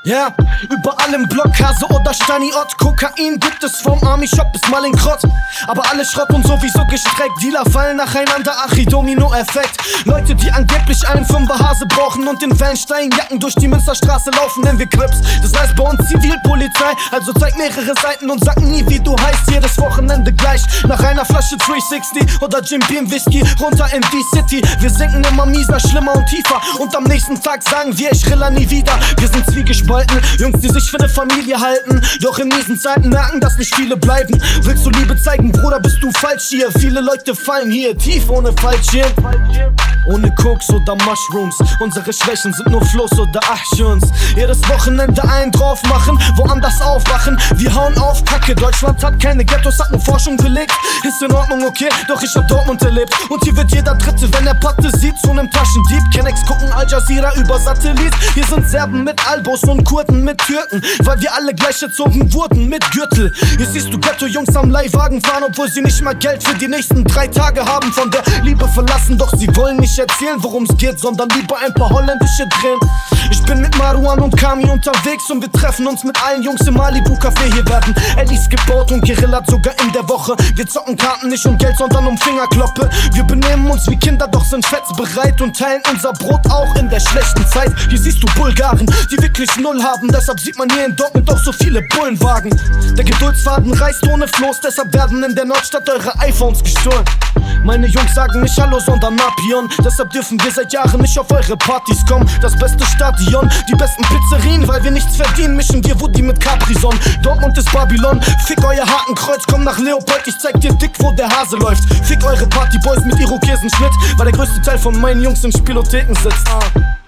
Ja, überall im Block, Hase oder Steini Ott. Kokain gibt es vom Army-Shop bis mal in Krott. Aber alle Schrott und sowieso gestreckt. Dealer fallen nacheinander, Achi-Domino-Effekt. Leute, die angeblich einen Fünfer-Hase brauchen und in Wellensteinjacken durch die Münsterstraße laufen, nennen wir Crips. Das heißt bei uns Zivilpolizei, also zeig mehrere Seiten und sag nie, wie du heißt. Jedes Wochenende gleich, nach einer Flasche 360 oder Jim Beam Whisky, runter in die City. Wir sinken immer mieser, schlimmer und tiefer. Und am nächsten Tag sagen wir, ich riller nie wieder. Wir sind zwiegespalten, Jungs, die sich für eine Familie halten. Doch in diesen Zeiten merken, dass nicht viele bleiben. Willst du Liebe zeigen, Bruder, bist du falsch hier. Viele Leute fallen hier tief ohne Fallschirm. Ohne Koks oder Mushrooms. Unsere Schwächen sind nur Floß oder Actions. Jedes Wochenende einen drauf machen, woanders aufwachen. Wir hauen auf, Kacke, Deutschland hat keine Ghettos, hat nur Forschung belegt. Ist in Ordnung, okay, doch ich hab Dortmund erlebt. Und hier wird jeder Dritte, wenn er Patte sieht, zu nem Taschendieb. Kennex gucken Al Jazeera über Satellit. Hier sind Serben mit Albos und Kurden mit Türken, weil wir alle gleich erzogen wurden mit Gürtel. Hier siehst du Ghetto-Jungs am Leihwagen fahren, obwohl sie nicht mal Geld für die nächsten 3 Tage haben. Von der Liebe verlassen, doch sie wollen nicht erzählen, worum's geht, sondern lieber ein paar holländische drehen. Ich bin mit Maruan und Kami unterwegs und wir treffen uns mit allen Jungs im Malibu-Café. Hier werden Ellis gebaut und gerillat sogar in der Woche. Wir zocken Karten nicht um Geld, sondern um Fingerkloppe. Wir benehmen uns wie Kinder, doch sind fetzbereit und teilen unser Brot auch in der schlechten Zeit. Hier siehst du Bulgaren, die wirklich null haben, deshalb sieht man hier in Dortmund auch so viele Bullenwagen. Der Geduldsfaden reißt ohne Floß, deshalb werden in der Nordstadt eure iPhones gestohlen. Meine Jungs sagen nicht Hallo, sondern Napion. Deshalb dürfen wir seit Jahren nicht auf eure Partys kommen. Das beste Stadion, die besten Pizzerien, weil wir nichts verdienen, mischen wir Woody mit Capri-Sonne. Dortmund ist Babylon, fick euer Hakenkreuz, komm nach Leopold, ich zeig dir dick, wo der Hase läuft. Fick eure Partyboys mit Irokesenschnitt, weil der größte Teil von meinen Jungs in Spielotheken sitzt.